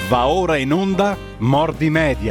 Va ora in onda Mordi Media.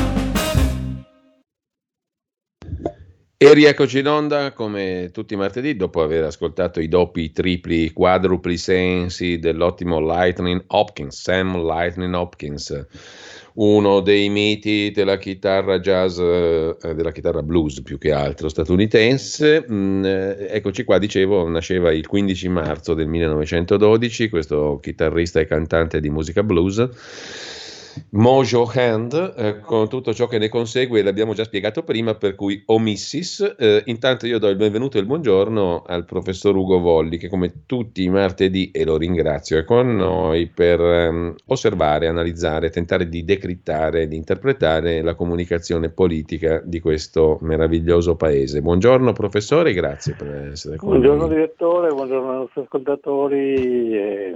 E rieccoci in onda come tutti i martedì dopo aver ascoltato i doppi, i tripli, i quadrupli sensi dell'ottimo Lightning Hopkins, Sam Lightning Hopkins, uno dei miti della chitarra jazz, della chitarra blues più che altro statunitense. Eccoci qua, dicevo, nasceva il 15 marzo del 1912, questo chitarrista e cantante di musica blues. Mojo Hand, con tutto ciò che ne consegue, l'abbiamo già spiegato prima, per cui omissis. Intanto io do il benvenuto e il buongiorno al professor Ugo Volli, che come tutti i martedì, e lo ringrazio, è con noi per osservare, analizzare, tentare di decrittare, di interpretare la comunicazione politica di questo meraviglioso paese. Buongiorno professore, grazie per essere con noi. Buongiorno direttore, buongiorno ai nostri ascoltatori e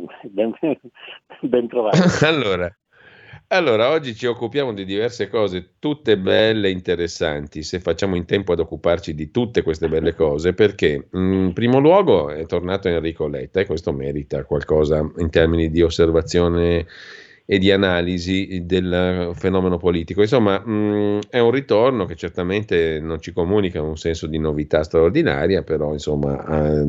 ben trovati. Allora, oggi ci occupiamo di diverse cose, tutte belle e interessanti, se facciamo in tempo ad occuparci di tutte queste belle cose, perché in primo luogo è tornato Enrico Letta e questo merita qualcosa in termini di osservazione e di analisi del fenomeno politico. Insomma, è un ritorno che certamente non ci comunica un senso di novità straordinaria, però insomma,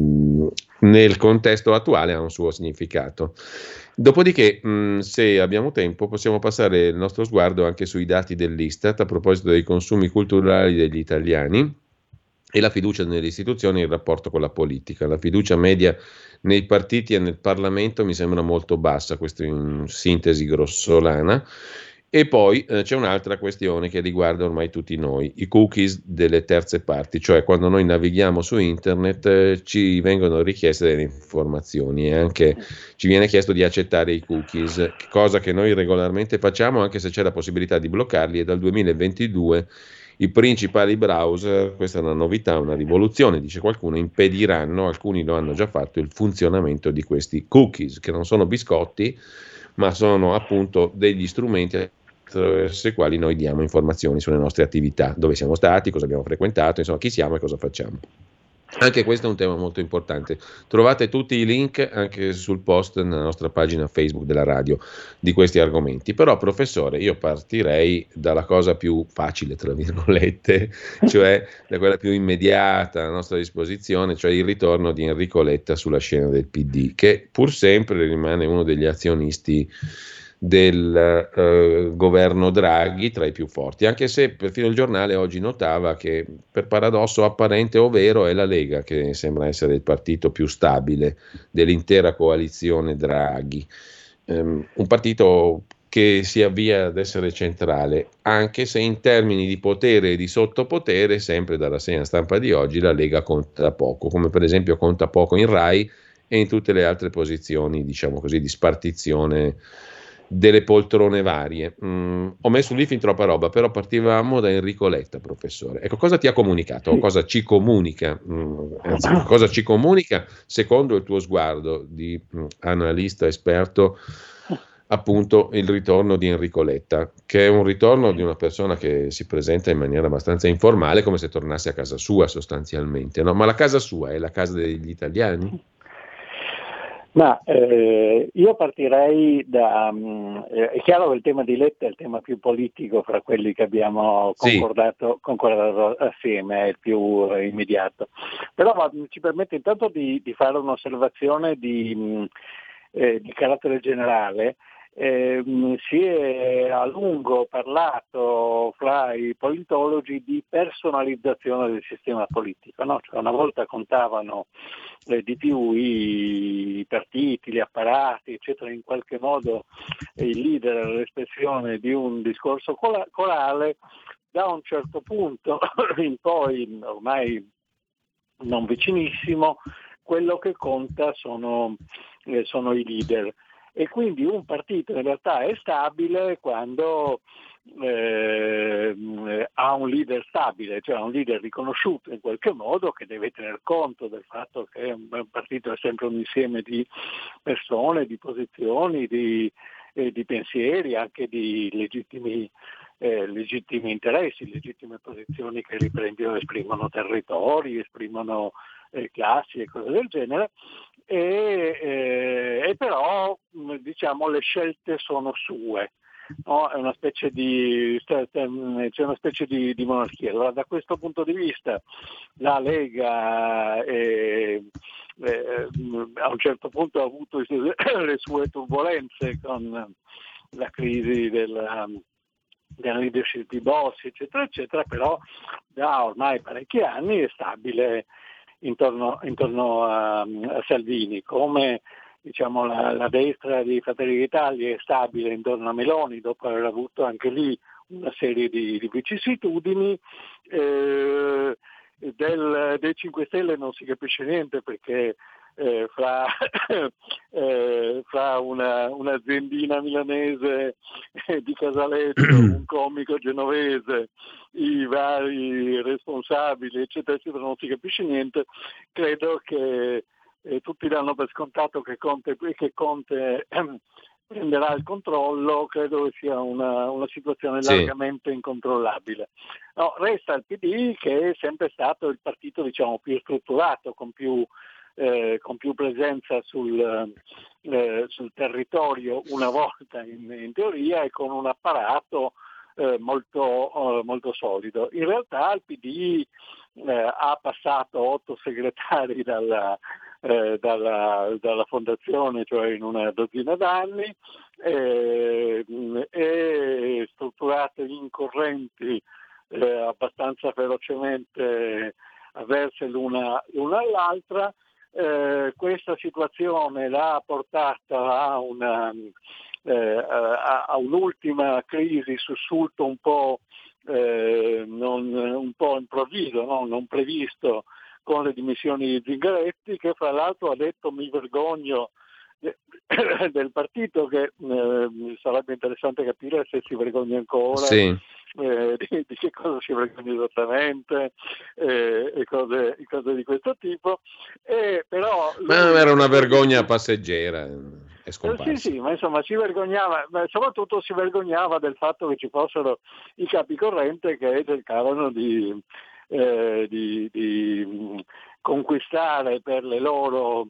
nel contesto attuale ha un suo significato. Dopodiché, se abbiamo tempo, possiamo passare il nostro sguardo anche sui dati dell'Istat a proposito dei consumi culturali degli italiani e la fiducia nelle istituzioni e il rapporto con la politica. La fiducia media nei partiti e nel Parlamento mi sembra molto bassa, questo in sintesi grossolana. E poi c'è un'altra questione che riguarda ormai tutti noi, i cookies delle terze parti, cioè quando noi navighiamo su internet ci vengono richieste delle informazioni e anche ci viene chiesto di accettare i cookies, cosa che noi regolarmente facciamo anche se c'è la possibilità di bloccarli e dal 2022 i principali browser, questa è una novità, una rivoluzione, dice qualcuno, impediranno, alcuni lo hanno già fatto, il funzionamento di questi cookies, che non sono biscotti, ma sono appunto degli strumenti attraverso i quali noi diamo informazioni sulle nostre attività, dove siamo stati, cosa abbiamo frequentato, insomma chi siamo e cosa facciamo. Anche questo è un tema molto importante. Trovate tutti i link anche sul post nella nostra pagina Facebook della radio di questi argomenti. Però, professore, io partirei dalla cosa più facile, tra virgolette, cioè da quella più immediata a nostra disposizione, cioè il ritorno di Enrico Letta sulla scena del PD, che pur sempre rimane uno degli azionisti del governo Draghi tra i più forti, anche se perfino il giornale oggi notava che per paradosso apparente o vero è la Lega che sembra essere il partito più stabile dell'intera coalizione Draghi, un partito che si avvia ad essere centrale, anche se in termini di potere e di sottopotere, sempre dalla rassegna stampa di oggi, la Lega conta poco, come per esempio conta poco in Rai e in tutte le altre posizioni, diciamo così, di spartizione delle poltrone varie. Ho messo lì fin troppa roba, però partivamo da Enrico Letta, professore. Ecco, cosa ti ha comunicato o cosa ci comunica? Anzi, cosa ci comunica secondo il tuo sguardo di analista esperto, appunto il ritorno di Enrico Letta, che è un ritorno di una persona che si presenta in maniera abbastanza informale, come se tornasse a casa sua sostanzialmente, no? Ma la casa sua è la casa degli italiani? Ma io partirei è chiaro che il tema di Letta è il tema più politico fra quelli che abbiamo concordato assieme, è il più immediato, però ci permette intanto di fare un'osservazione di carattere generale. Si è a lungo parlato fra i politologi di personalizzazione del sistema politico, no? Cioè una volta contavano di più i partiti, gli apparati, eccetera, in qualche modo il leader era l'espressione di un discorso corale. Da un certo punto in poi, ormai non vicinissimo, quello che conta sono i leader. E quindi un partito in realtà è stabile quando ha un leader stabile, cioè un leader riconosciuto in qualche modo, che deve tener conto del fatto che un partito è sempre un insieme di persone, di posizioni, di di pensieri, anche di legittimi interessi, legittime posizioni che esprimono territori, esprimono classi e cose del genere, e però diciamo le scelte sono sue. No, è una specie c'è una specie di monarchia. Allora, da questo punto di vista la Lega a un certo punto ha avuto le sue turbolenze con la crisi della leadership di Bossi, eccetera, eccetera, però da ormai parecchi anni è stabile intorno a Salvini, come diciamo la destra di Fratelli d'Italia è stabile intorno a Meloni dopo aver avuto anche lì una serie di vicissitudini. Dei 5 Stelle non si capisce niente, perché fra un'aziendina milanese di Casaleggio, un comico genovese, i vari responsabili, eccetera, eccetera, non si capisce niente. Credo che tutti danno per scontato che Conte prenderà il controllo. Credo che sia una situazione largamente incontrollabile. No, resta il PD, che è sempre stato il partito, diciamo, più strutturato, con più presenza sul territorio una volta in teoria, e con un apparato molto solido. In realtà il PD ha passato 8 segretari dalla fondazione, cioè in una dozzina d'anni, e strutturato in correnti abbastanza ferocemente avverse l'una all'altra. Questa situazione l'ha portata a un'ultima crisi, sussulto un po' improvviso, no? Non previsto, con le dimissioni di Zingaretti, che fra l'altro ha detto: mi vergogno del partito, che sarebbe interessante capire se si vergogna ancora. Sì. Di che cosa si vergogna esattamente, e cose di questo tipo. Però ma era una vergogna passeggera, è scomparso. Sì, ma insomma si vergognava, ma soprattutto si vergognava del fatto che ci fossero i capi corrente che cercavano di conquistare per le loro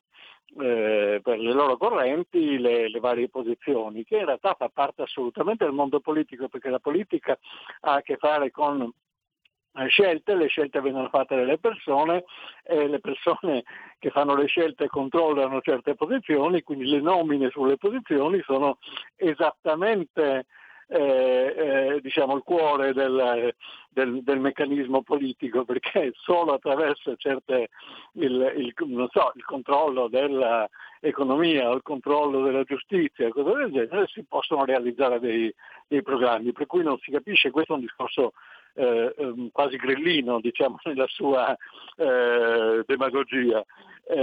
correnti le varie posizioni, che in realtà fa parte assolutamente del mondo politico, perché la politica ha a che fare con scelte, le scelte vengono fatte dalle persone, e le persone che fanno le scelte controllano certe posizioni, quindi le nomine sulle posizioni sono esattamente diciamo il cuore del meccanismo politico, perché solo attraverso il controllo dell'economia o il controllo della giustizia, cose del genere, si possono realizzare dei programmi, per cui non si capisce. Questo è un discorso quasi grillino, diciamo, nella sua demagogia.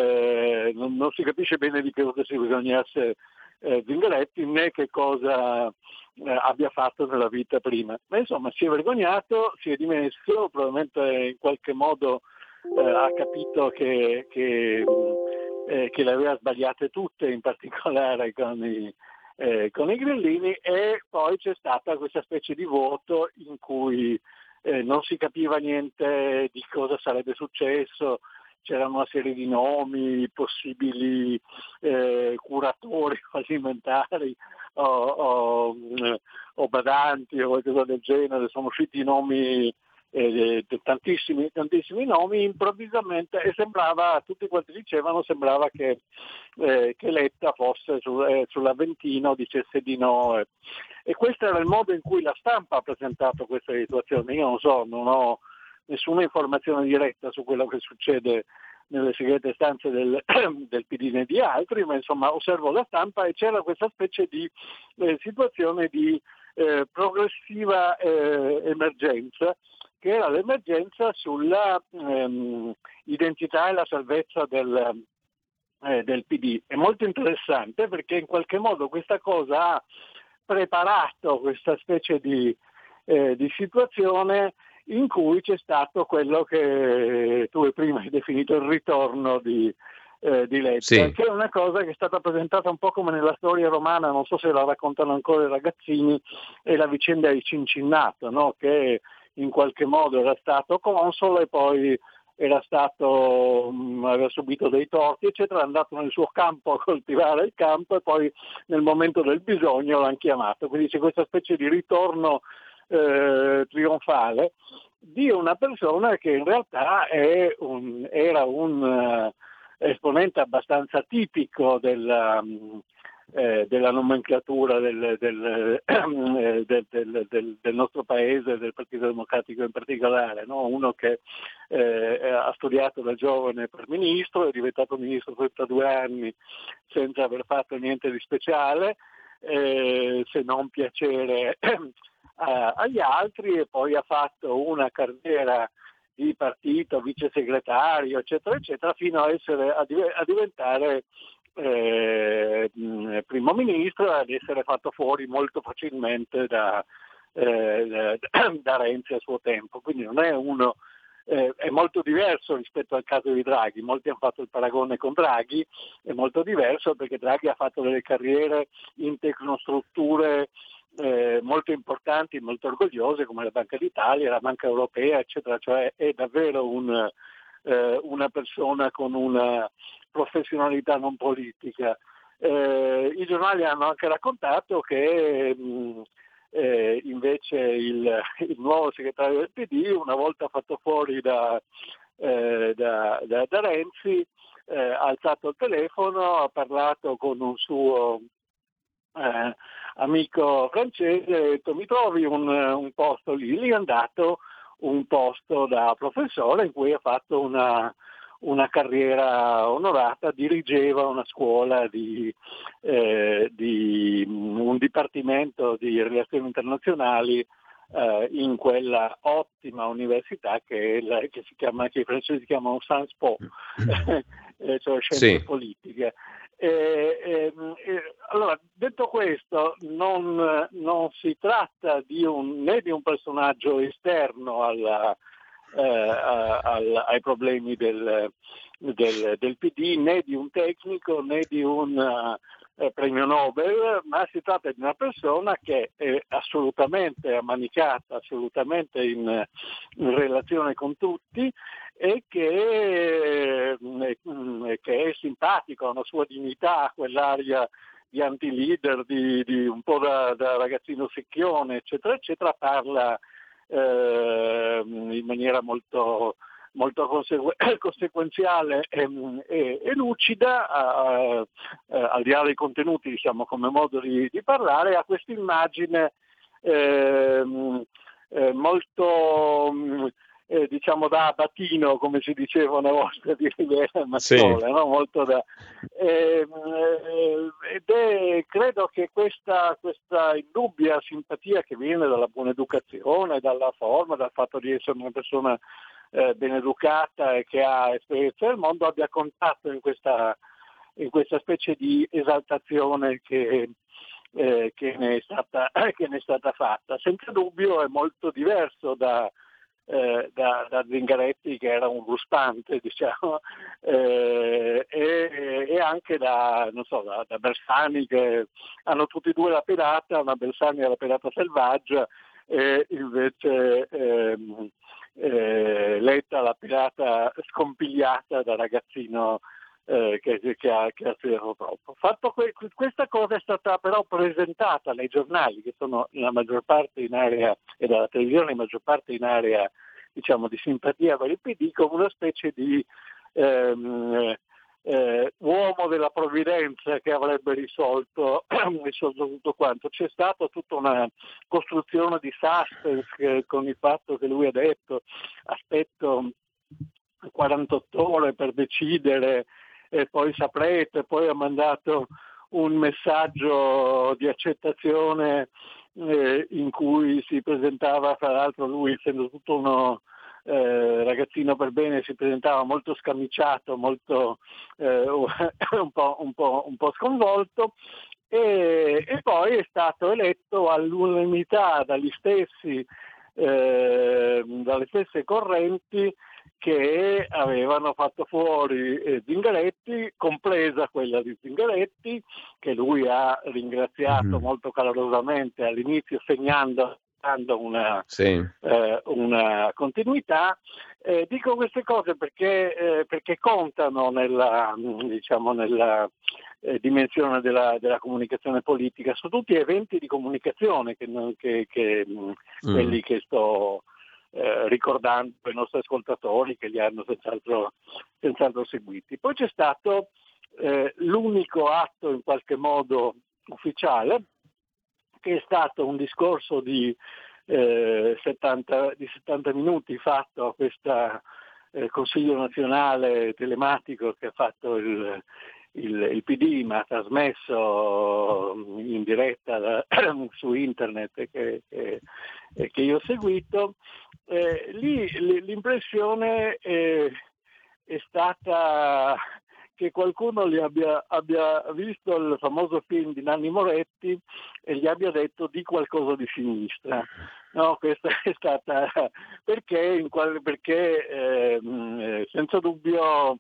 Non si capisce bene di che cosa si vergognasse Zingaretti, né che cosa abbia fatto nella vita prima. Ma insomma si è vergognato, si è dimesso, probabilmente in qualche modo ha capito che le aveva sbagliate tutte, in particolare con i grillini, e poi c'è stata questa specie di vuoto in cui non si capiva niente di cosa sarebbe successo. C'erano una serie di nomi, possibili curatori alimentari o badanti o qualcosa del genere. Sono usciti nomi, tantissimi nomi improvvisamente, e sembrava, tutti quanti dicevano, sembrava che Letta fosse sull'Aventino, dicesse di no. E questo era il modo in cui la stampa ha presentato questa situazione. Io non ho nessuna informazione diretta su quello che succede nelle segrete stanze del PD né di altri, ma insomma osservo la stampa, e c'era questa specie di situazione di progressiva emergenza, che era l'emergenza sulla identità e la salvezza del PD. È molto interessante, perché in qualche modo questa cosa ha preparato questa specie di situazione in cui c'è stato quello che tu prima hai definito il ritorno di di Letta, sì. che è una cosa che è stata presentata un po' come nella storia romana, non so se la raccontano ancora i ragazzini, è la vicenda di Cincinnato, no? Che in qualche modo era stato console e poi era stato, aveva subito dei torti, eccetera, è andato nel suo campo a coltivare il campo e poi nel momento del bisogno l'hanno chiamato. Quindi c'è questa specie di ritorno trionfale di una persona che in realtà era un esponente abbastanza tipico della nomenclatura del nostro paese, del Partito Democratico in particolare, no? Uno che ha studiato da giovane per ministro, è diventato ministro 32 anni senza aver fatto niente di speciale, se non piacere agli altri, e poi ha fatto una carriera di partito, vice segretario, eccetera, eccetera, fino a diventare primo ministro, ad essere fatto fuori molto facilmente da Renzi a suo tempo. Quindi non è uno, è molto diverso rispetto al caso di Draghi. Molti hanno fatto il paragone con Draghi, è molto diverso perché Draghi ha fatto delle carriere in tecnostrutture molto importanti, molto orgogliose, come la Banca d'Italia, la Banca Europea, eccetera. Cioè è davvero una persona con una professionalità non politica. I giornali hanno anche raccontato che invece il nuovo segretario del PD, una volta fatto fuori da Renzi, ha alzato il telefono, ha parlato con un suo amico francese, ha detto: mi trovi un posto lì. Gli è andato un posto da professore in cui ha fatto una carriera onorata, dirigeva una scuola di un dipartimento di relazioni internazionali in quella ottima università che i francesi chiamano Sciences Po, cioè scienze politiche. Allora, detto questo, non si tratta né di un personaggio esterno ai problemi del PD, né di un tecnico, né di un premio Nobel, ma si tratta di una persona che è assolutamente ammanicata, assolutamente in relazione con tutti, e che è simpatico, ha una sua dignità, ha quell'aria di anti-leader, di un po' da ragazzino secchione, eccetera, eccetera. Parla in maniera molto conseguenziale e lucida, al di là dei contenuti, diciamo, come modo di parlare. Ha questa immagine molto diciamo da abatino, come si diceva una volta di Rivera Mazzola, no? Molto credo che questa indubbia simpatia che viene dalla buona educazione, dalla forma, dal fatto di essere una persona ben educata e che ha esperienza del mondo, abbia contatto in questa specie di esaltazione che ne è stata fatta. Senza dubbio è molto diverso da Zingaretti, che era un ruspante, diciamo, e anche da Bersani, che hanno tutti e due la pelata, ma Bersani ha la pelata selvaggia e invece Letta la pelata scompigliata da ragazzino che ha studiato troppo. Questa cosa è stata però presentata nei giornali, che sono la maggior parte in area, e dalla televisione la maggior parte in area, diciamo, di simpatia per il PD, come una specie di uomo della provvidenza che avrebbe risolto tutto quanto. C'è stata tutta una costruzione di suspense con il fatto che lui ha detto: aspetto 48 ore per decidere e poi saprete. Poi ha mandato un messaggio di accettazione in cui si presentava, fra l'altro lui, essendo tutto uno ragazzino per bene, si presentava molto scamiciato, molto un po' sconvolto, e poi è stato eletto all'unanimità dalle stesse correnti che avevano fatto fuori Zingaretti, compresa quella di Zingaretti, che lui ha ringraziato molto calorosamente all'inizio, segnando una continuità. Dico queste cose perché contano nella dimensione della comunicazione politica, su tutti eventi di comunicazione quelli che sto ricordando ai nostri ascoltatori, che li hanno senz'altro seguiti. Poi c'è stato l'unico atto in qualche modo ufficiale, che è stato un discorso di 70 minuti fatto a questo Consiglio nazionale telematico che ha fatto il PD, ma ha trasmesso in diretta su internet che io ho seguito. Lì l'impressione è stata che qualcuno abbia visto il famoso film di Nanni Moretti e gli abbia detto di qualcosa di sinistra. No, questa è stata perché senza dubbio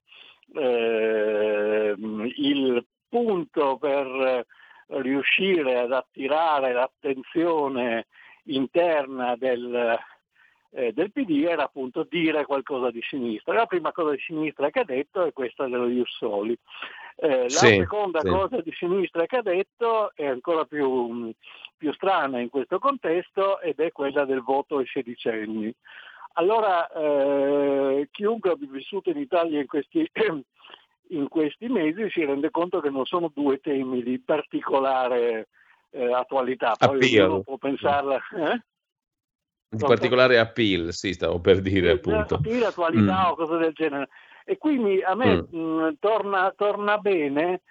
il punto per riuscire ad attirare l'attenzione interna del PD era appunto dire qualcosa di sinistra. La prima cosa di sinistra che ha detto è questa dello Ius Soli. La seconda cosa di sinistra che ha detto è ancora più strana in questo contesto, ed è quella del voto ai sedicenni. Allora, chiunque abbia vissuto in Italia in questi mesi si rende conto che non sono due temi di particolare attualità. Poi ognuno può pensarla. Di particolare appeal, sì, stavo per dire appunto. Appeal, attualità o cose del genere. E quindi a me torna bene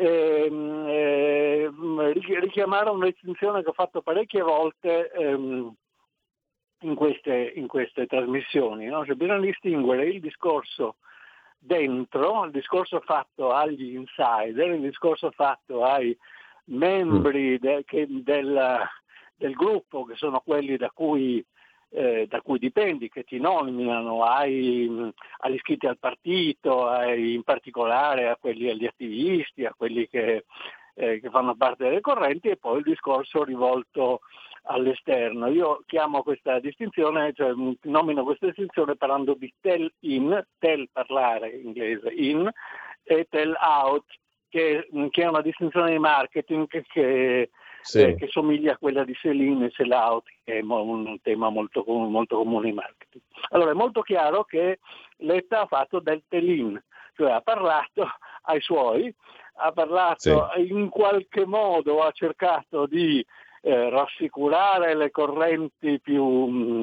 richiamare una distinzione che ho fatto parecchie volte in queste trasmissioni, no? Cioè, bisogna distinguere il discorso dentro, il discorso fatto agli insider, il discorso fatto ai membri del gruppo, che sono quelli da cui dipendi, che ti nominano, agli iscritti al partito, in particolare agli attivisti, a quelli che fanno parte delle correnti, e poi il discorso rivolto all'esterno. Io chiamo questa distinzione, cioè nomino questa distinzione parlando di tell in, tell parlare in inglese, in, e tell out, che è una distinzione di marketing che somiglia a quella di sell in e sell out, che è un tema molto comune in marketing. Allora è molto chiaro che Letta ha fatto del tell in, cioè ha parlato ai suoi, ha parlato in qualche modo, ha cercato di rassicurare le correnti più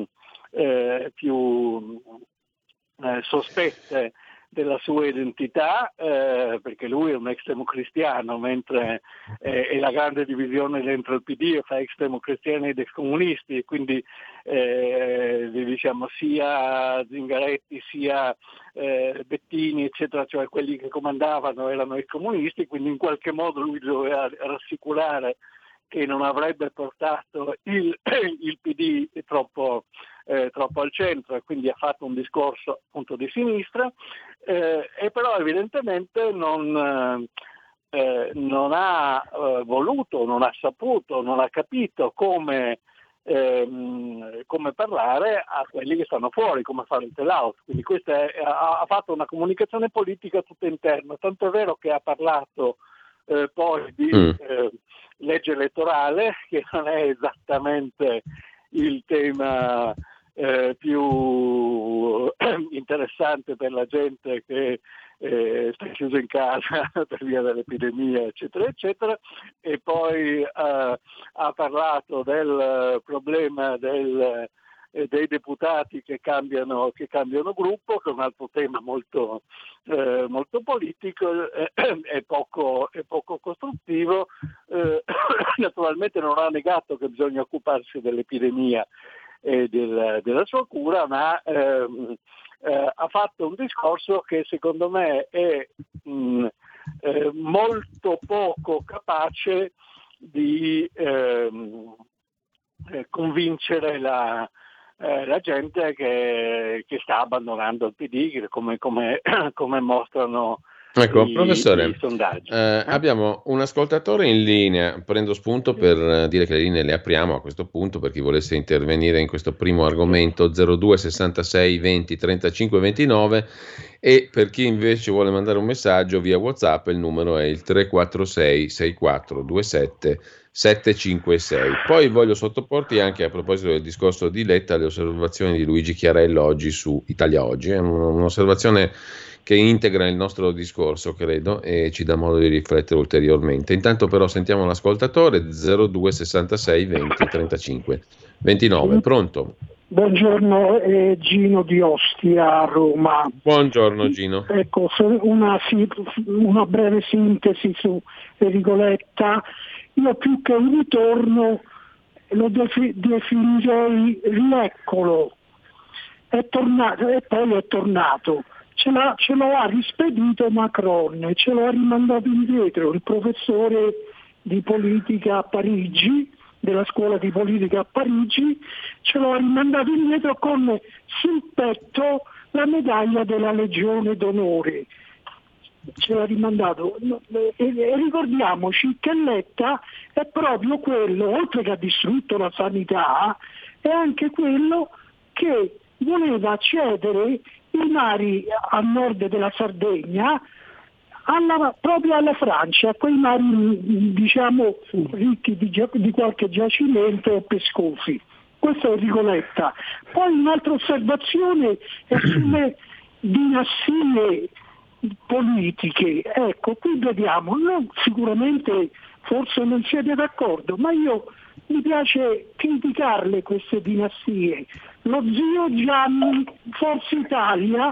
sospette della sua identità, perché lui è un ex democristiano, mentre è la grande divisione dentro il PD fra ex democristiani ed ex comunisti, quindi diciamo sia Zingaretti sia Bettini eccetera, cioè quelli che comandavano erano ex comunisti, quindi in qualche modo lui doveva rassicurare che non avrebbe portato il PD troppo al centro, e quindi ha fatto un discorso appunto di sinistra, e però evidentemente non ha voluto, non ha saputo, non ha capito come parlare a quelli che stanno fuori, come fare il tell-out. Quindi ha fatto una comunicazione politica tutta interna, tanto è vero che ha parlato poi di legge elettorale, che non è esattamente il tema più interessante per la gente che sta chiusa in casa per via dell'epidemia eccetera eccetera, e poi ha parlato del problema dei deputati che cambiano gruppo, che è un altro tema molto politico e poco costruttivo. Naturalmente non ha negato che bisogna occuparsi dell'epidemia e della sua cura, ma ha fatto un discorso che secondo me è molto poco capace di convincere la gente che sta abbandonando il PD, come mostrano professore, i sondaggi. abbiamo un ascoltatore in linea. Prendo spunto per dire che le linee le apriamo a questo punto per chi volesse intervenire in questo primo argomento, 02 66 20 35 29, e per chi invece vuole mandare un messaggio via WhatsApp il numero è il 346 64 27 756. Poi voglio sottoporti anche, a proposito del discorso di Letta, le osservazioni di Luigi Chiarello oggi su Italia Oggi. È un'osservazione che integra il nostro discorso, credo, e ci dà modo di riflettere ulteriormente. Intanto però sentiamo l'ascoltatore, 02 66 20 35 29. Pronto? Buongiorno, è Gino di Ostia, a Roma. Buongiorno Gino. Ecco, una breve sintesi su Enrico Letta. Io più che un ritorno lo definirei rieccolo. È tornato e poi è tornato. Ce lo ha rispedito Macron, ce lo ha rimandato indietro il professore di politica a Parigi, della scuola di politica a Parigi, ce lo ha rimandato indietro con sul petto la medaglia della Legione d'Onore. Ce l'ha rimandato. E ricordiamoci che Letta è proprio quello, oltre che ha distrutto la sanità, è anche quello che voleva cedere i mari a nord della Sardegna proprio alla Francia, quei mari diciamo ricchi di qualche giacimento o pescosi. Questo è Enrico Letta. Poi un'altra osservazione è sulle dinastie politiche. Ecco, qui vediamo, sicuramente forse non siete d'accordo, ma mi piace criticarle queste dinastie. Lo zio Gianni, Forza Italia,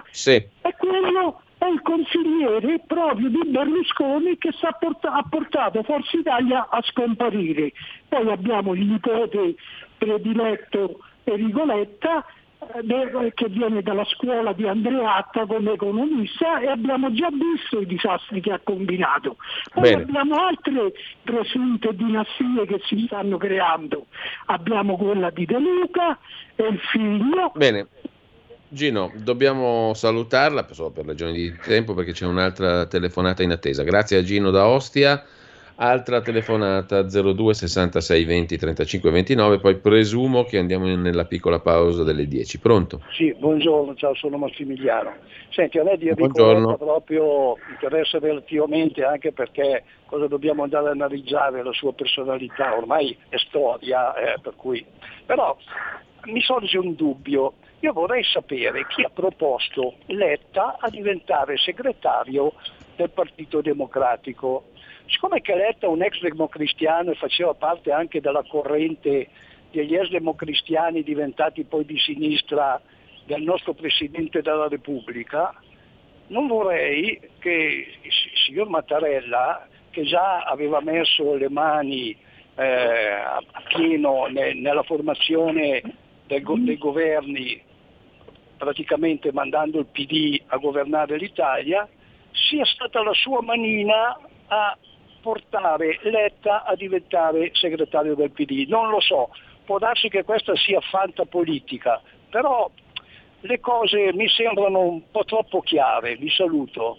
è il consigliere proprio di Berlusconi che ha portato Forza Italia a scomparire. Poi abbiamo il nipote prediletto Enrico Letta, che viene dalla scuola di Andreatta come economista, e abbiamo già visto i disastri che ha combinato. Poi abbiamo altre presunte dinastie che si stanno creando. Abbiamo quella di De Luca e il figlio. Bene. Gino, dobbiamo salutarla solo per ragioni di tempo perché c'è un'altra telefonata in attesa. Grazie a Gino da Ostia. Altra telefonata 02 66 20 35 29, poi presumo che andiamo nella piccola pausa delle 10. Pronto? Sì, buongiorno, ciao, sono Massimiliano. Senti, a me di Enrico Letta proprio interessa relativamente, anche perché cosa dobbiamo andare a analizzare la sua personalità, ormai è storia, per cui. Però mi sorge un dubbio. Io vorrei sapere chi ha proposto Letta a diventare segretario del Partito Democratico. Siccome che Letta è un ex democristiano e faceva parte anche della corrente degli ex democristiani diventati poi di sinistra del nostro Presidente della Repubblica, non vorrei che il signor Mattarella, che già aveva messo le mani a pieno nella formazione dei governi, praticamente mandando il PD a governare l'Italia, sia stata la sua manina a portare Letta a diventare segretario del PD. Non lo so, può darsi che questa sia fantapolitica, però le cose mi sembrano un po' troppo chiare. Vi saluto.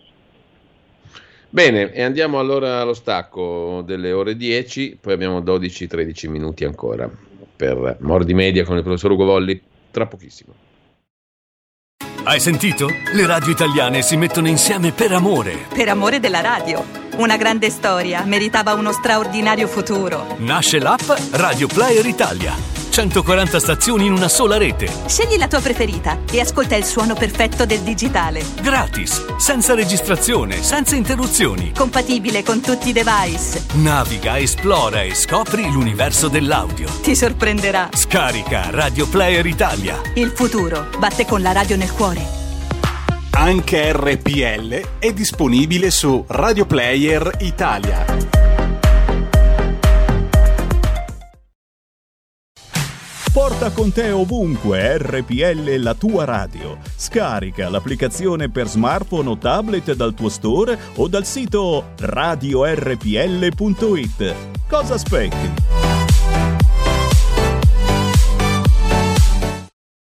Bene, e andiamo allora allo stacco delle ore 10, poi abbiamo 12-13 minuti ancora per Mordi Media con il professor Ugo Volli, tra pochissimo. Hai sentito? Le radio italiane si mettono insieme per amore. Per amore della radio. Una grande storia meritava uno straordinario futuro. Nasce l'app Radio Player Italia. 140 stazioni in una sola rete. Scegli la tua preferita e ascolta il suono perfetto del digitale. Gratis, senza registrazione, senza interruzioni. Compatibile con tutti i device. Naviga, esplora e scopri l'universo dell'audio. Ti sorprenderà. Scarica Radio Player Italia. Il futuro batte con la radio nel cuore. Anche RPL è disponibile su Radio Player Italia. Porta con te ovunque RPL, la tua radio. Scarica l'applicazione per smartphone o tablet dal tuo store o dal sito radiorpl.it. Cosa aspetti?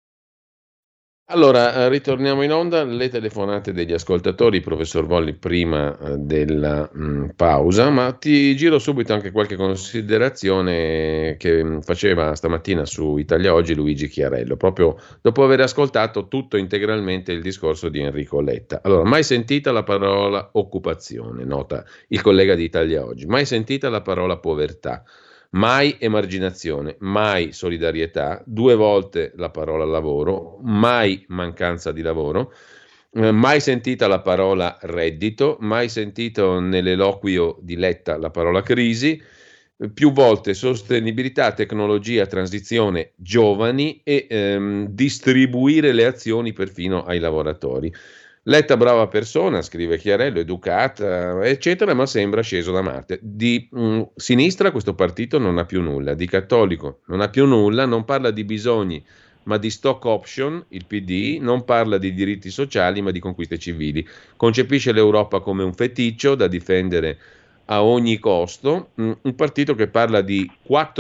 Allora, ritorniamo in onda, le telefonate degli ascoltatori, professor Volli, prima della pausa, ma ti giro subito anche qualche considerazione che faceva stamattina su Italia Oggi Luigi Chiarello, proprio dopo aver ascoltato tutto integralmente il discorso di Enrico Letta. Allora, mai sentita la parola occupazione, nota il collega di Italia Oggi, mai sentita la parola povertà. Mai emarginazione, mai solidarietà, 2 volte la parola lavoro, mai mancanza di lavoro, mai sentita la parola reddito, mai sentito nell'eloquio di Letta la parola crisi, più volte sostenibilità, tecnologia, transizione, giovani e distribuire le azioni perfino ai lavoratori. Letta brava persona, scrive Chiarello, educata, eccetera, ma sembra sceso da Marte. Di sinistra questo partito non ha più nulla, di cattolico non ha più nulla, non parla di bisogni, ma di stock option, il PD, non parla di diritti sociali, ma di conquiste civili. Concepisce l'Europa come un feticcio da difendere a ogni costo, un partito che parla di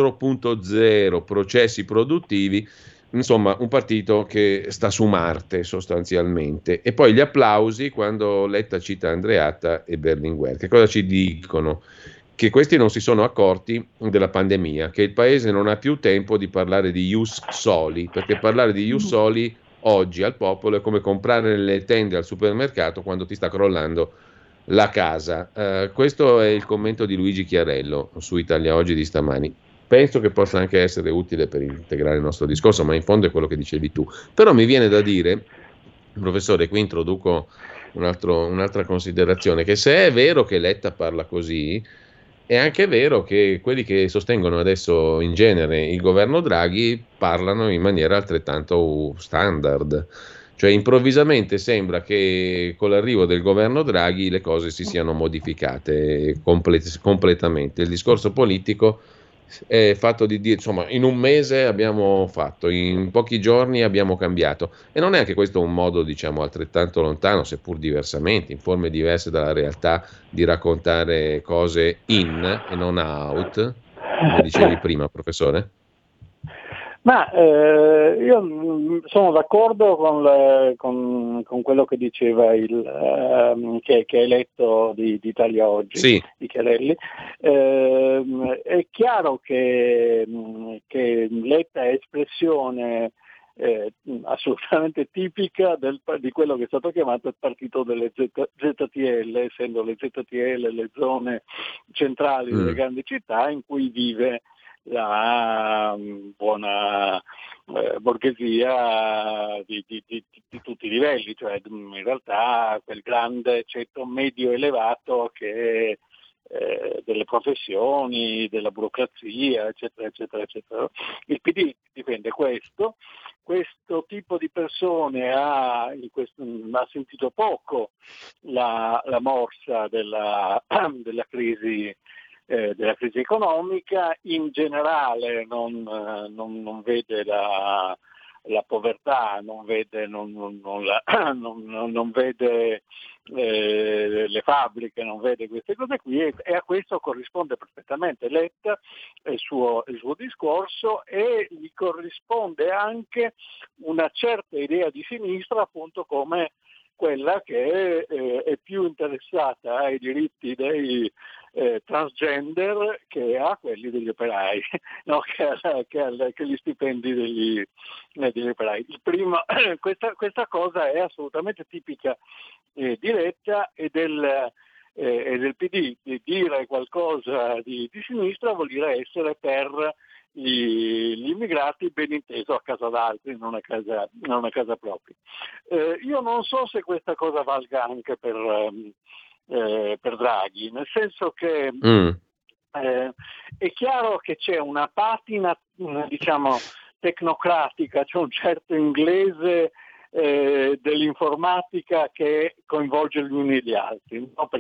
4.0 processi produttivi. Insomma, un partito che sta su Marte sostanzialmente. E poi gli applausi quando Letta cita Andreatta e Berlinguer. Che cosa ci dicono? Che questi non si sono accorti della pandemia, che il paese non ha più tempo di parlare di ius soli, perché parlare di ius soli oggi al popolo è come comprare le tende al supermercato quando ti sta crollando la casa. Questo è il commento di Luigi Chiarello su Italia Oggi di stamani. Penso che possa anche essere utile per integrare il nostro discorso, ma in fondo è quello che dicevi tu. Però mi viene da dire, professore, qui introduco un'altra considerazione, che se è vero che Letta parla così, è anche vero che quelli che sostengono adesso in genere il governo Draghi parlano in maniera altrettanto standard. Cioè improvvisamente sembra che con l'arrivo del governo Draghi le cose si siano modificate completamente. Il discorso politico è fatto di dire, insomma, in un mese abbiamo fatto, in pochi giorni abbiamo cambiato. E non è anche questo un modo, diciamo, altrettanto lontano, seppur diversamente, in forme diverse dalla realtà, di raccontare cose in e non out, come dicevi prima, professore? Ma io sono d'accordo con quello che diceva che hai letto di Italia Oggi, sì, di Chiarelli. È chiaro che Letta è espressione assolutamente tipica di quello che è stato chiamato il partito delle ZTL, essendo le ZTL le zone centrali delle grandi città in cui vive la buona borghesia di tutti i livelli, cioè in realtà quel grande ceto medio elevato che delle professioni, della burocrazia, eccetera, eccetera, eccetera. Il PD difende questo tipo di persone ha sentito poco la morsa della crisi economica, in generale non vede la povertà, non vede le fabbriche, non vede queste cose qui e a questo corrisponde perfettamente Letta e il suo discorso, e gli corrisponde anche una certa idea di sinistra, appunto come quella che è più interessata ai diritti dei transgender che a quelli degli operai, no? che gli stipendi degli operai. Questa cosa è assolutamente tipica di Letta e del PD. Dire qualcosa di sinistra vuol dire essere per gli immigrati, ben inteso a casa d'altri, non a casa propria. Io non so se questa cosa valga anche per Draghi, nel senso che è chiaro che c'è una patina, diciamo, tecnocratica, c'è un certo inglese dell'informatica che coinvolge gli uni e gli altri, no?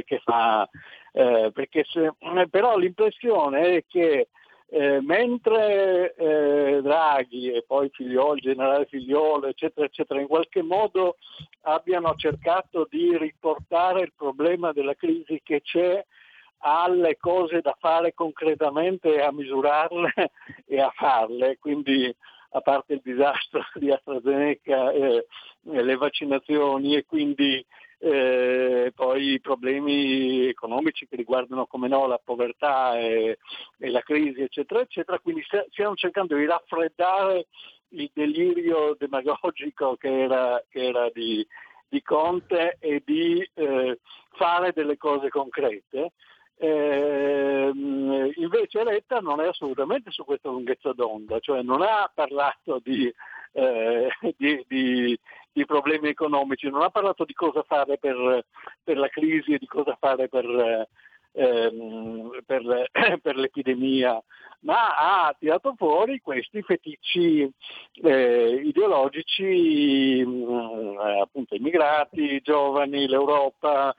Però l'impressione è che mentre Draghi e poi il generale Figliuolo, eccetera, eccetera, in qualche modo abbiano cercato di riportare il problema della crisi che c'è alle cose da fare concretamente, a misurarle e a farle, quindi a parte il disastro di AstraZeneca, le vaccinazioni e quindi poi i problemi economici che riguardano, come no, la povertà e la crisi, eccetera, eccetera. Quindi stiamo cercando di raffreddare il delirio demagogico che era di Conte e di fare delle cose concrete. Invece Letta non è assolutamente su questa lunghezza d'onda, cioè non ha parlato di problemi economici, non ha parlato di cosa fare per la crisi e di cosa fare per l'epidemia, ma ha tirato fuori questi feticci ideologici, appunto immigrati, giovani, l'Europa,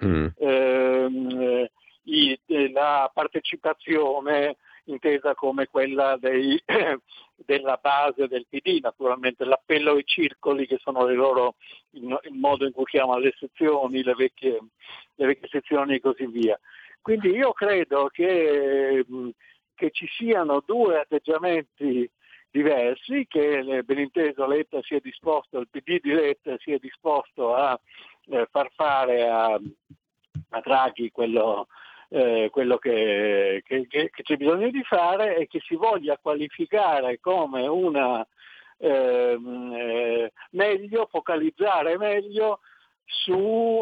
la partecipazione intesa come quella della base del PD, naturalmente l'appello ai circoli, che sono il modo in cui chiamano le sezioni, le vecchie sezioni e così via. Quindi io credo che ci siano due atteggiamenti diversi, che ben inteso Letta sia disposto, il PD di Letta sia disposto a far fare a Draghi quello che c'è bisogno di fare, e che si voglia qualificare come una focalizzare meglio su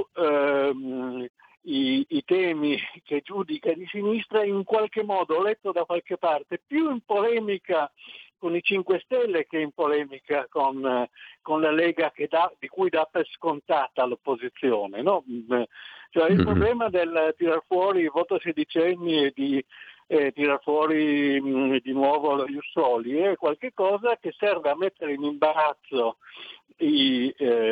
i temi che giudica di sinistra, in qualche modo, ho letto da qualche parte, più in polemica con i 5 Stelle che in polemica con la Lega, di cui dà per scontata l'opposizione, no? Cioè il problema del tirar fuori il voto a sedicenni e di tirar fuori di nuovo lo Ius Soli è qualche cosa che serve a mettere in imbarazzo i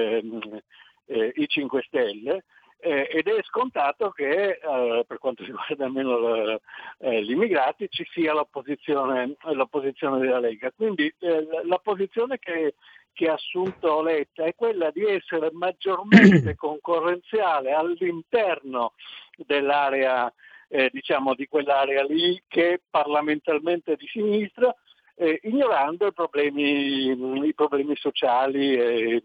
5 Stelle, ed è scontato che per quanto riguarda almeno gli immigrati ci sia l'opposizione della Lega. Quindi la posizione che ha assunto Letta è quella di essere maggiormente concorrenziale all'interno dell'area, diciamo di quell'area lì che è parlamentarmente di sinistra, ignorando i problemi sociali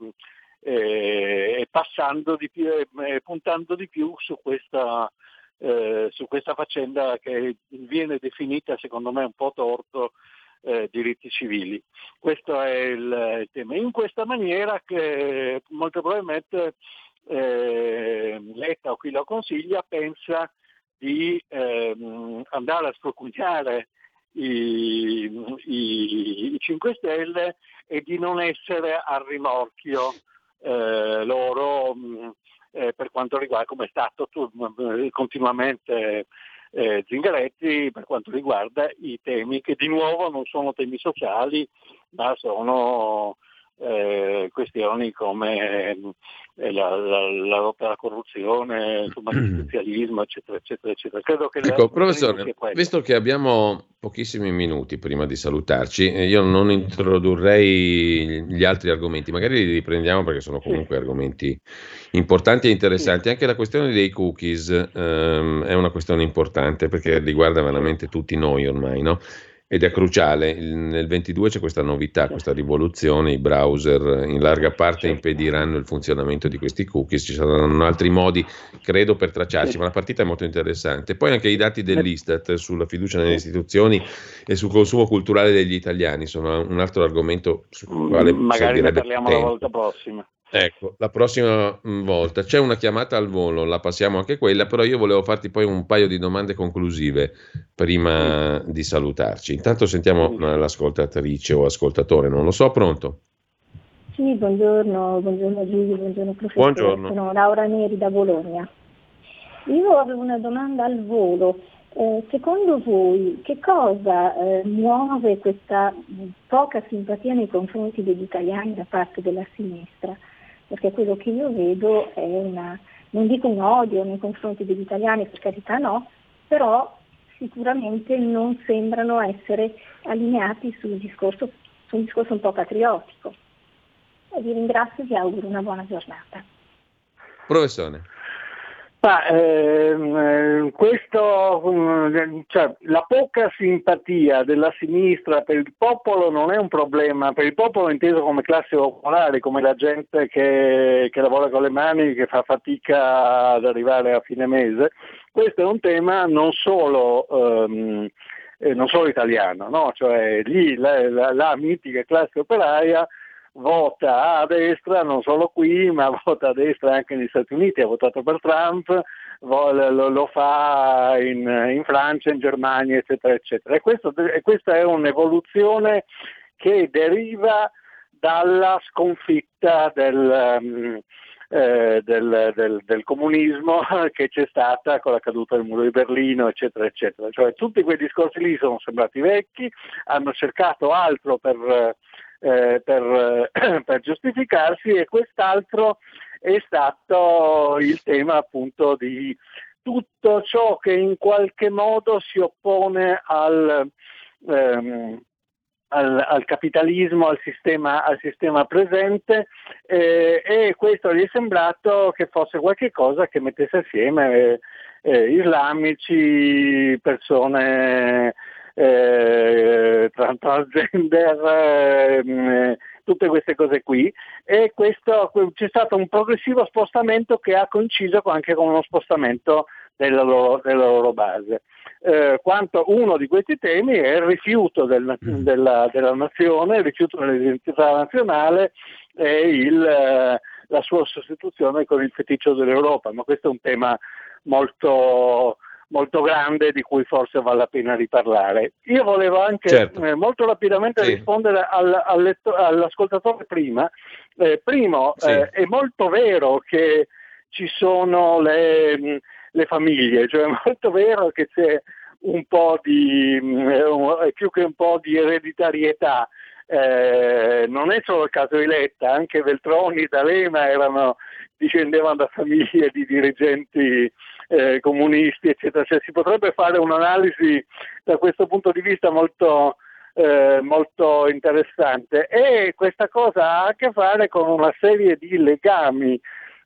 e passando di più, puntando di più su questa faccenda che viene definita, secondo me un po' torto, diritti civili. Questo è il tema. In questa maniera che molto probabilmente Letta o chi lo consiglia pensa di andare a sprocugnare i 5 Stelle e di non essere al rimorchio loro per quanto riguarda, come è stato continuamente Zingaretti, per quanto riguarda i temi che di nuovo non sono temi sociali, ma sono questioni come la lotta alla corruzione, il giustizialismo, eccetera, eccetera, eccetera. Credo che professore, visto che abbiamo pochissimi minuti prima di salutarci, io non introdurrei gli altri argomenti, magari li riprendiamo perché sono comunque argomenti importanti e interessanti. Anche la questione dei cookies è una questione importante perché riguarda veramente tutti noi ormai, no? Ed è cruciale. Nel 22 c'è questa novità, questa rivoluzione, i browser in larga parte impediranno il funzionamento di questi cookies, ci saranno altri modi, credo, per tracciarci, ma la partita è molto interessante. Poi anche i dati dell'Istat sulla fiducia nelle istituzioni e sul consumo culturale degli italiani sono un altro argomento sul quale magari ne parliamo la volta prossima. Ecco, la prossima volta c'è una chiamata al volo, la passiamo anche quella, però io volevo farti poi un paio di domande conclusive prima di salutarci. Intanto sentiamo l'ascoltatrice o ascoltatore, non lo so, pronto? Sì, buongiorno Giulio, buongiorno professore. Buongiorno. Sono Laura Neri da Bologna. Io avevo una domanda al volo. Secondo voi che cosa muove questa poca simpatia nei confronti degli italiani da parte della sinistra? Perché quello che io vedo è non dico un odio nei confronti degli italiani, per carità no, però sicuramente non sembrano essere allineati su un discorso un po' patriottico. E vi ringrazio e vi auguro una buona giornata. Professore. Cioè, la poca simpatia della sinistra per il popolo non è un problema, per il popolo inteso come classe popolare, come la gente che lavora con le mani, che fa fatica ad arrivare a fine mese. Questo è un tema non solo italiano, no? Cioè lì la mitica classe operaia vota a destra, non solo qui, ma vota a destra anche negli Stati Uniti, ha votato per Trump, lo fa in Francia, in Germania, eccetera, eccetera. E questa è un'evoluzione che deriva dalla sconfitta del comunismo che c'è stata con la caduta del muro di Berlino, eccetera, eccetera. Cioè tutti quei discorsi lì sono sembrati vecchi, hanno cercato altro per giustificarsi, e quest'altro è stato il tema appunto di tutto ciò che in qualche modo si oppone al capitalismo, al sistema presente, e questo gli è sembrato che fosse qualche cosa che mettesse assieme islamici, persone transgender, tutte queste cose qui, e c'è stato un progressivo spostamento che ha coinciso anche con uno spostamento della loro base. Uno di questi temi è il rifiuto della nazione, il rifiuto dell'identità nazionale e la sua sostituzione con il feticcio dell'Europa, ma questo è un tema molto molto grande di cui forse vale la pena riparlare. Io volevo anche molto rapidamente rispondere all'ascoltatore prima. Primo, è molto vero che ci sono le famiglie, cioè è molto vero che c'è un po' più che un po' di ereditarietà. Non è solo il caso di Letta, anche Veltroni, D'Alema discendevano da famiglie di dirigenti comunisti, eccetera. Cioè, si potrebbe fare un'analisi da questo punto di vista molto interessante, e questa cosa ha a che fare con una serie di legami,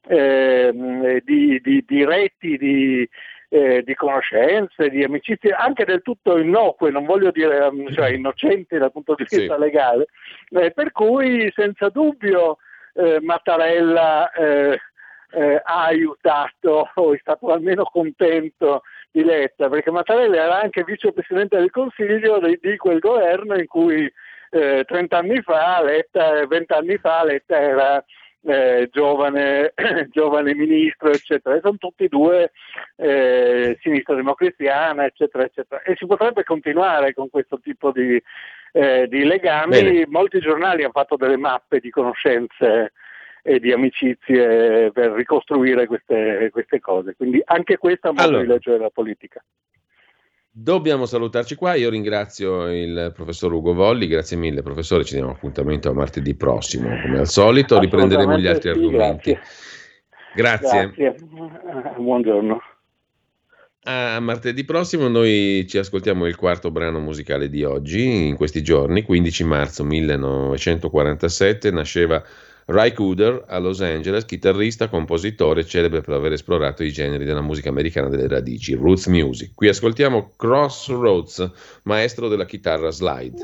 di reti, di conoscenze, di amicizie, anche del tutto innocue, non voglio dire innocenti dal punto di vista legale, per cui senza dubbio Mattarella ha aiutato, o è stato almeno contento di Letta, perché Mattarella era anche vicepresidente del Consiglio di quel governo in cui 20 anni fa Letta era giovane ministro, eccetera, e sono tutti due sinistra democristiana, eccetera, eccetera, e si potrebbe continuare con questo tipo di legami. Bene. Molti giornali hanno fatto delle mappe di conoscenze e di amicizie per ricostruire queste cose, quindi anche questo è un modo di leggere la politica. Dobbiamo salutarci qua. Io ringrazio il professor Ugo Volli, grazie mille professore, ci diamo appuntamento a martedì prossimo come al solito, riprenderemo gli altri argomenti. Grazie. Buongiorno. A martedì prossimo. Noi ci ascoltiamo il quarto brano musicale di oggi. In questi giorni, 15 marzo 1947, nasceva Ry Cooder a Los Angeles, chitarrista, compositore, celebre per aver esplorato i generi della musica americana delle radici, roots music. Qui ascoltiamo Crossroads, maestro della chitarra slide.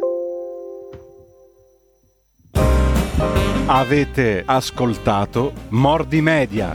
Avete ascoltato Mordi Media.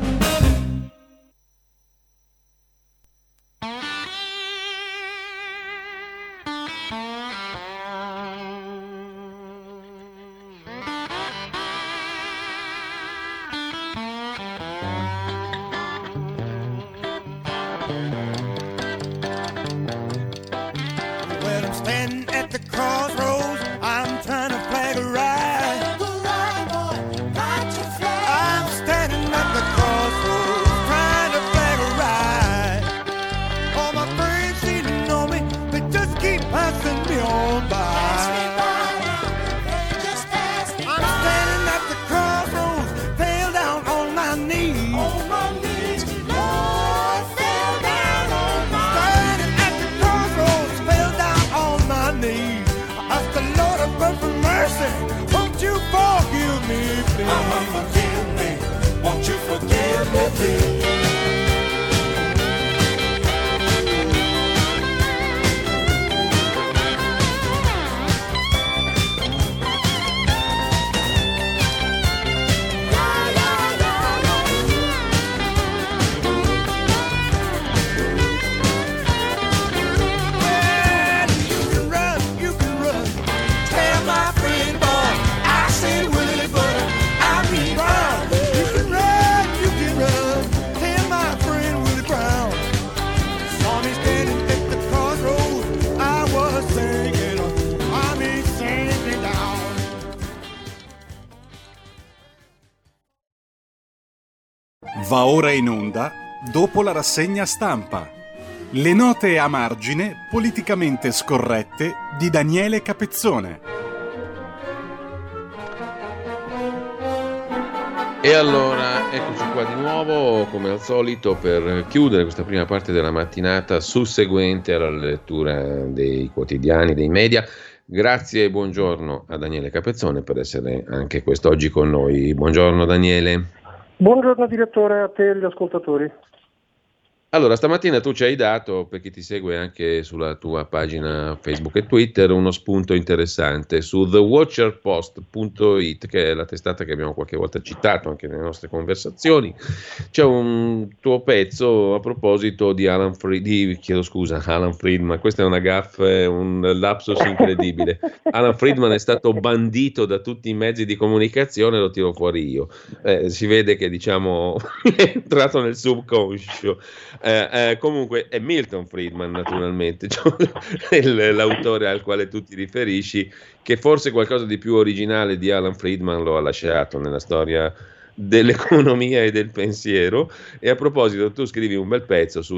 Va ora in onda, dopo la rassegna stampa. Le note a margine politicamente scorrette di Daniele Capezzone. E allora, eccoci qua di nuovo, come al solito, per chiudere questa prima parte della mattinata susseguente alla lettura dei quotidiani, dei media. Grazie e buongiorno a Daniele Capezzone per essere anche quest'oggi con noi. Buongiorno Daniele. Buongiorno direttore, a te e agli ascoltatori. Allora, stamattina tu ci hai dato, per chi ti segue anche sulla tua pagina Facebook e Twitter, uno spunto interessante su thewatcherpost.it, che è la testata che abbiamo qualche volta citato anche nelle nostre conversazioni. C'è un tuo pezzo a proposito di Alan Friedman, questa è una gaffe, un lapsus incredibile. Alan Friedman è stato bandito da tutti i mezzi di comunicazione, lo tiro fuori io. Si vede che, diciamo, è entrato nel subconscio. Comunque è Milton Friedman, naturalmente, cioè l'autore al quale tu ti riferisci, che forse qualcosa di più originale di Alan Friedman lo ha lasciato nella storia dell'economia e del pensiero. E a proposito, tu scrivi un bel pezzo su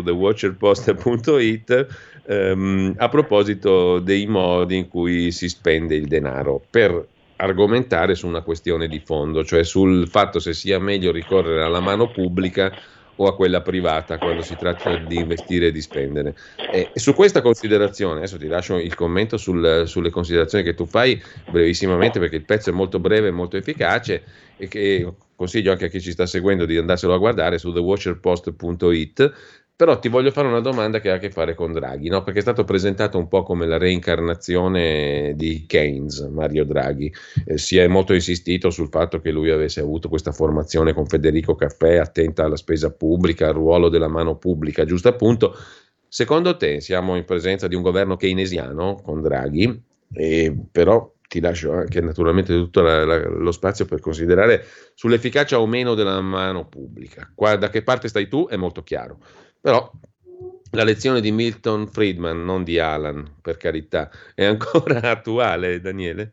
thewatcherpost.it a proposito dei modi in cui si spende il denaro, per argomentare su una questione di fondo, cioè sul fatto se sia meglio ricorrere alla mano pubblica o a quella privata quando si tratta di investire e di spendere. E su questa considerazione, adesso ti lascio il commento sulle considerazioni che tu fai brevissimamente, perché il pezzo è molto breve e molto efficace, e che consiglio anche a chi ci sta seguendo di andarselo a guardare su thewatcherpost.it. Però ti voglio fare una domanda che ha a che fare con Draghi, no? Perché è stato presentato un po' come la reincarnazione di Keynes, Mario Draghi. Si è molto insistito sul fatto che lui avesse avuto questa formazione con Federico Caffè, attenta alla spesa pubblica, al ruolo della mano pubblica, giusto appunto. Secondo te siamo in presenza di un governo keynesiano con Draghi, però ti lascio anche naturalmente tutto lo spazio per considerare sull'efficacia o meno della mano pubblica. Qua, da che parte stai tu è molto chiaro. Però la lezione di Milton Friedman, non di Alan, per carità, è ancora attuale, Daniele?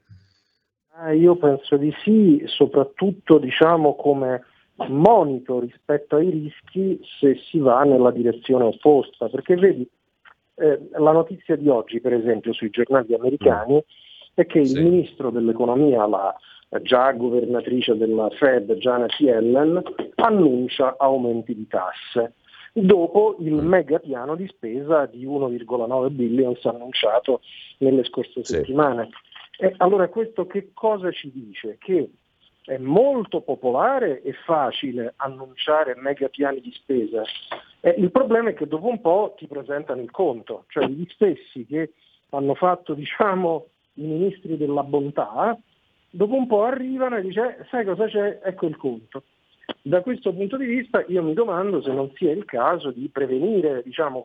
Io penso di sì, soprattutto diciamo come monito rispetto ai rischi se si va nella direzione opposta, perché vedi, la notizia di oggi per esempio sui giornali americani è che il ministro dell'economia, la già governatrice della Fed, Janet Yellen, annuncia aumenti di tasse dopo il mega piano di spesa di 1,9 billions annunciato nelle scorse settimane. E allora questo che cosa ci dice? Che è molto popolare e facile annunciare mega piani di spesa. Il problema è che dopo un po' ti presentano il conto, cioè gli stessi che hanno fatto, diciamo, i ministri della bontà, dopo un po' arrivano e dice sai cosa c'è? Ecco il conto. Da questo punto di vista io mi domando se non sia il caso di prevenire, diciamo,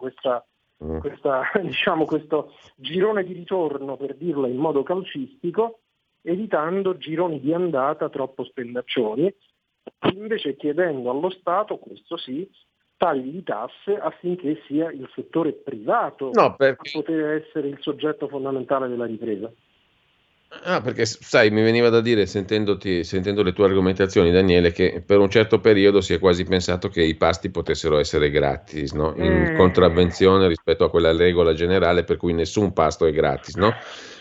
diciamo, questo girone di ritorno, per dirlo in modo calcistico, evitando gironi di andata troppo spendaccioni, invece chiedendo allo Stato, questo sì, tagli di tasse affinché sia il settore privato a poter essere il soggetto fondamentale della ripresa. Perché sai, mi veniva da dire, sentendo le tue argomentazioni, Daniele, che per un certo periodo si è quasi pensato che i pasti potessero essere gratis, no? In contravvenzione rispetto a quella regola generale per cui nessun pasto è gratis, no?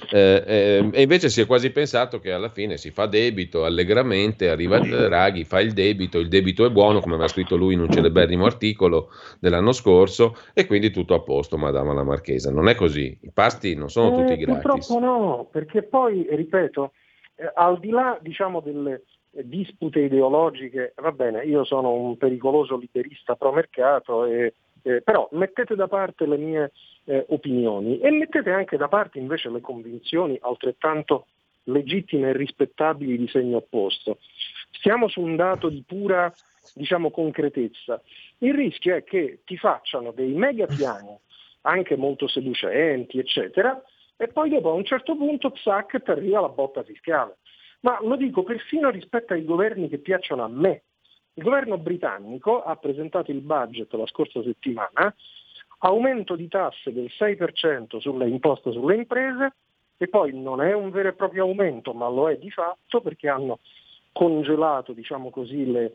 E invece si è quasi pensato che alla fine si fa debito allegramente, arriva Draghi, fa il debito è buono, come aveva scritto lui in un celeberrimo articolo dell'anno scorso, e quindi tutto a posto, Madama la Marchesa. Non è così, i pasti non sono tutti gratis. Purtroppo no, perché poi, ripeto, al di là, diciamo, delle dispute ideologiche, va bene, io sono un pericoloso liberista pro mercato, però mettete da parte le mie opinioni e mettete anche da parte invece le convinzioni altrettanto legittime e rispettabili di segno opposto. Stiamo su un dato di pura, diciamo, concretezza. Il rischio è che ti facciano dei mega piani, anche molto seducenti, eccetera, e poi dopo a un certo punto, psac, ti arriva la botta fiscale. Ma lo dico perfino rispetto ai governi che piacciono a me. Il governo britannico ha presentato il budget la scorsa settimana, aumento di tasse del 6% sulle imposte sulle imprese, e poi non è un vero e proprio aumento, ma lo è di fatto, perché hanno congelato, diciamo così,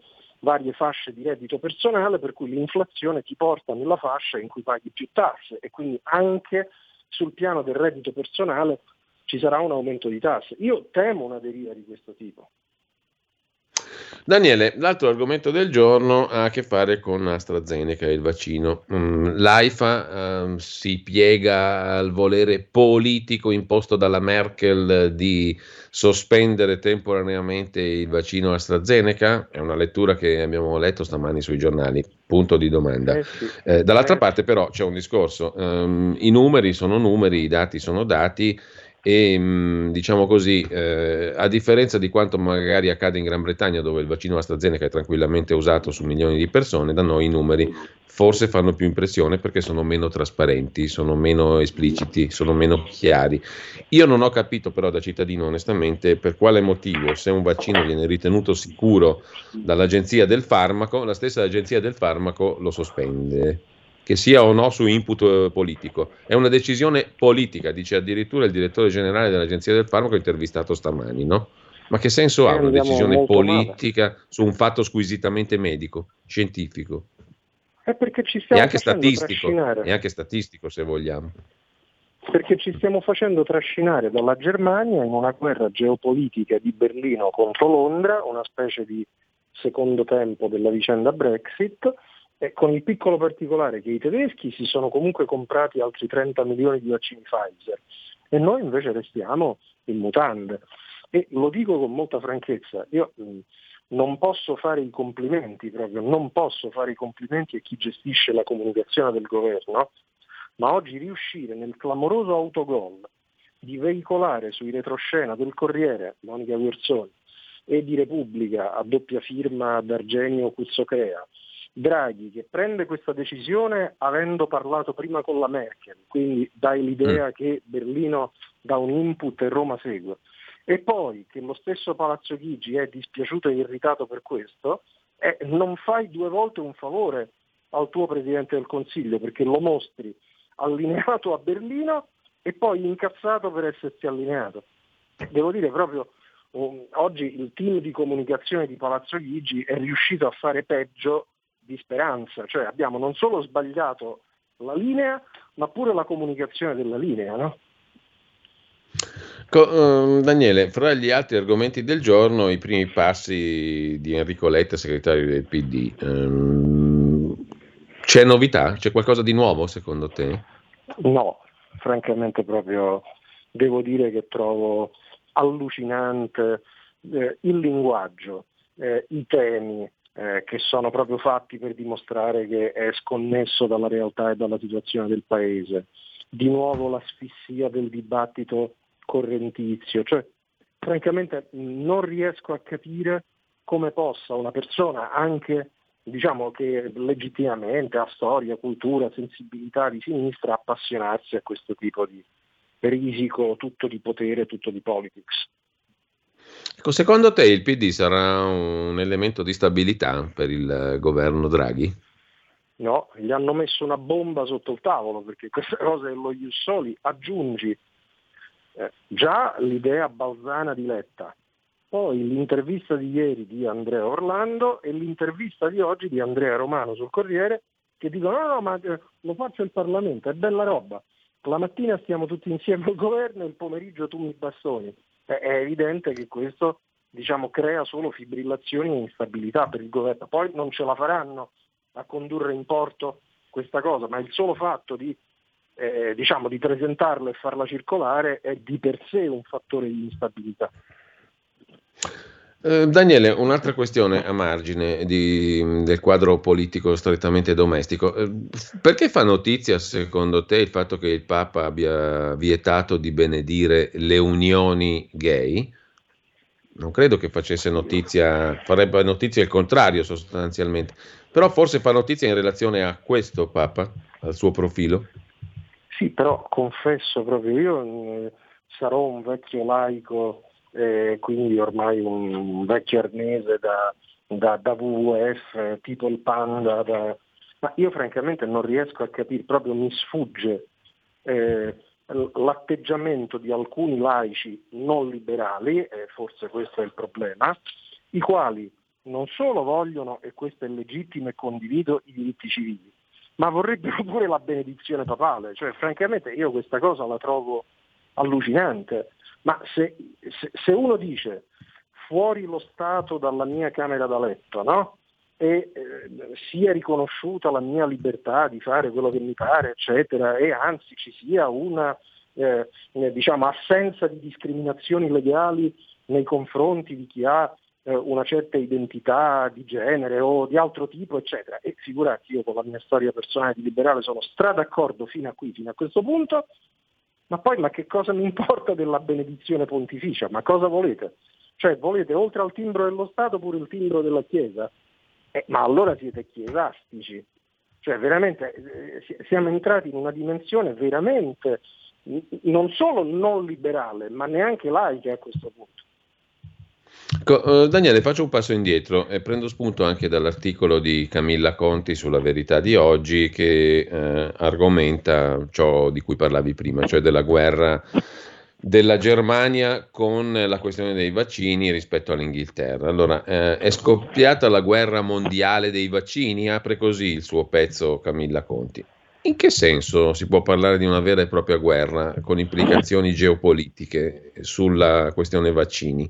varie fasce di reddito personale, per cui l'inflazione ti porta nella fascia in cui paghi più tasse e quindi anche sul piano del reddito personale ci sarà un aumento di tasse. Io temo una deriva di questo tipo. Daniele, l'altro argomento del giorno ha a che fare con AstraZeneca, il vaccino. L'AIFA si piega al volere politico imposto dalla Merkel di sospendere temporaneamente il vaccino AstraZeneca. È una lettura che abbiamo letto stamani sui giornali, punto di domanda. Dall'altra parte però c'è un discorso, i numeri sono numeri, i dati sono dati. E diciamo così, a differenza di quanto magari accade in Gran Bretagna, dove il vaccino AstraZeneca è tranquillamente usato su milioni di persone, da noi i numeri forse fanno più impressione perché sono meno trasparenti, sono meno espliciti, sono meno chiari. Io non ho capito però da cittadino onestamente per quale motivo, se un vaccino viene ritenuto sicuro dall'Agenzia del Farmaco, la stessa Agenzia del Farmaco lo sospende. Che sia o no su input politico. È una decisione politica, dice addirittura il direttore generale dell'Agenzia del Farmaco intervistato stamani, no? Ma che senso ha una decisione politica su un fatto squisitamente medico, scientifico? È perché ci stiamo e anche statistico, se vogliamo. Perché ci stiamo facendo trascinare dalla Germania in una guerra geopolitica di Berlino contro Londra, una specie di secondo tempo della vicenda Brexit, con il piccolo particolare che i tedeschi si sono comunque comprati altri 30 milioni di vaccini Pfizer e noi invece restiamo in mutande. E lo dico con molta franchezza, io non posso fare i complimenti a chi gestisce la comunicazione del governo, ma oggi riuscire nel clamoroso autogol di veicolare sui retroscena del Corriere, Monica Guerzoni, e di Repubblica a doppia firma d'Argenio Cuzzocrea, Draghi che prende questa decisione avendo parlato prima con la Merkel, quindi dai l'idea che Berlino dà un input e Roma segue, e poi che lo stesso Palazzo Chigi è dispiaciuto e irritato per questo, non fai due volte un favore al tuo Presidente del Consiglio, perché lo mostri allineato a Berlino e poi incazzato per essersi allineato. Devo dire proprio, oggi il team di comunicazione di Palazzo Chigi è riuscito a fare peggio di Speranza, cioè abbiamo non solo sbagliato la linea, ma pure la comunicazione della linea, no? Daniele, fra gli altri argomenti del giorno, i primi passi di Enrico Letta, segretario del PD. C'è novità? C'è qualcosa di nuovo secondo te? No, francamente proprio devo dire che trovo allucinante il linguaggio, i temi, che sono proprio fatti per dimostrare che è sconnesso dalla realtà e dalla situazione del paese. Di nuovo l'asfissia del dibattito correntizio, cioè francamente non riesco a capire come possa una persona anche che legittimamente ha storia, cultura, sensibilità di sinistra appassionarsi a questo tipo di risico tutto di potere, tutto di politics. Secondo te il PD sarà un elemento di stabilità per il governo Draghi? No, gli hanno messo una bomba sotto il tavolo, perché questa cosa dello Ius Soli aggiungi già l'idea balzana di Letta, poi l'intervista di ieri di Andrea Orlando e l'intervista di oggi di Andrea Romano sul Corriere, che dicono no, ma lo faccio il Parlamento, è bella roba, la mattina stiamo tutti insieme al governo e il pomeriggio tu mi bastoni. È evidente che questo crea solo fibrillazioni e instabilità per il governo, poi non ce la faranno a condurre in porto questa cosa, ma il solo fatto di presentarlo e farla circolare è di per sé un fattore di instabilità. Daniele, un'altra questione a margine del quadro politico strettamente domestico. Perché fa notizia secondo te il fatto che il Papa abbia vietato di benedire le unioni gay? Non credo che facesse notizia, farebbe notizia il contrario sostanzialmente, però forse fa notizia in relazione a questo Papa, al suo profilo? Sì, però confesso proprio, io sarò un vecchio laico, quindi ormai un vecchio arnese da WWF, tipo il Panda, ma io francamente non riesco a capire, proprio mi sfugge l'atteggiamento di alcuni laici non liberali, forse questo è il problema, i quali non solo vogliono, e questo è legittimo e condivido, i diritti civili, ma vorrebbero pure la benedizione papale. Cioè, francamente, io questa cosa la trovo allucinante. Ma se uno dice fuori lo Stato dalla mia camera da letto, no? E sia riconosciuta la mia libertà di fare quello che mi pare, eccetera, e anzi ci sia una assenza di discriminazioni legali nei confronti di chi ha una certa identità di genere o di altro tipo, eccetera. E figurati, io con la mia storia personale di liberale sono d'accordo fino a questo punto, ma poi che cosa mi importa della benedizione pontificia? Ma cosa volete? Cioè, volete oltre al timbro dello Stato pure il timbro della Chiesa? Ma allora siete chiesastici. Cioè, veramente siamo entrati in una dimensione veramente non solo non liberale, ma neanche laica a questo punto. Daniele, faccio un passo indietro e prendo spunto anche dall'articolo di Camilla Conti sulla Verità di oggi, che argomenta ciò di cui parlavi prima, cioè della guerra della Germania con la questione dei vaccini rispetto all'Inghilterra. Allora, è scoppiata la guerra mondiale dei vaccini? Apre così il suo pezzo Camilla Conti. In che senso si può parlare di una vera e propria guerra con implicazioni geopolitiche sulla questione vaccini?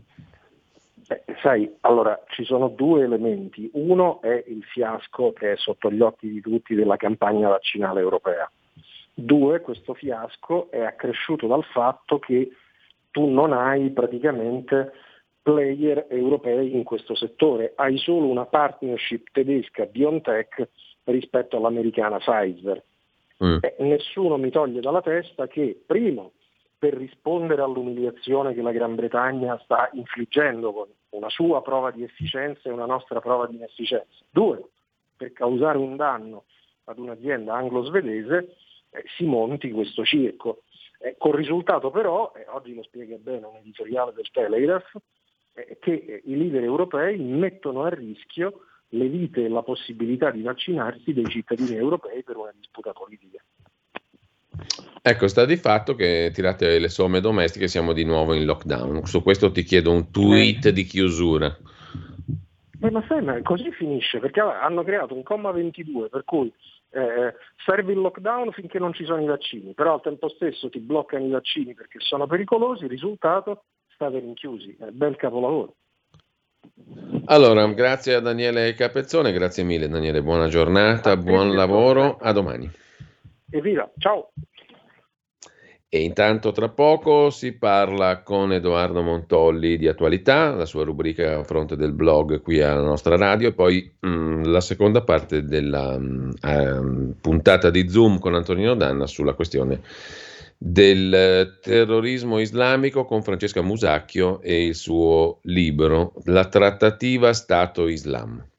Sai, allora ci sono due elementi. Uno è il fiasco che è sotto gli occhi di tutti della campagna vaccinale europea. Due, questo fiasco è accresciuto dal fatto che tu non hai praticamente player europei in questo settore, hai solo una partnership tedesca BioNTech rispetto all'americana Pfizer. Nessuno mi toglie dalla testa che, primo, per rispondere all'umiliazione che la Gran Bretagna sta infliggendo con una sua prova di efficienza e una nostra prova di inefficienza. Due, per causare un danno ad un'azienda anglo-svedese si monti questo circo. Col risultato però, oggi lo spiega bene un editoriale del Telegraph, che i leader europei mettono a rischio le vite e la possibilità di vaccinarsi dei cittadini europei per una disputa politica. Ecco, sta di fatto che tirate le somme domestiche siamo di nuovo in lockdown. Su questo ti chiedo un tweet di chiusura. Ma sai, ma così finisce, perché hanno creato un comma 22 per cui serve il lockdown finché non ci sono i vaccini, però al tempo stesso ti bloccano i vaccini perché sono pericolosi, risultato state rinchiusi. Bel capolavoro. Allora, grazie a Daniele Capezzone, grazie mille Daniele, buona giornata, buon lavoro, a domani. Evviva, ciao! E intanto tra poco si parla con Edoardo Montolli di attualità, la sua rubrica a fronte del blog qui alla nostra radio, e poi la seconda parte della puntata di Zoom con Antonino Danna sulla questione del terrorismo islamico con Francesca Musacchio e il suo libro La trattativa Stato-Islam.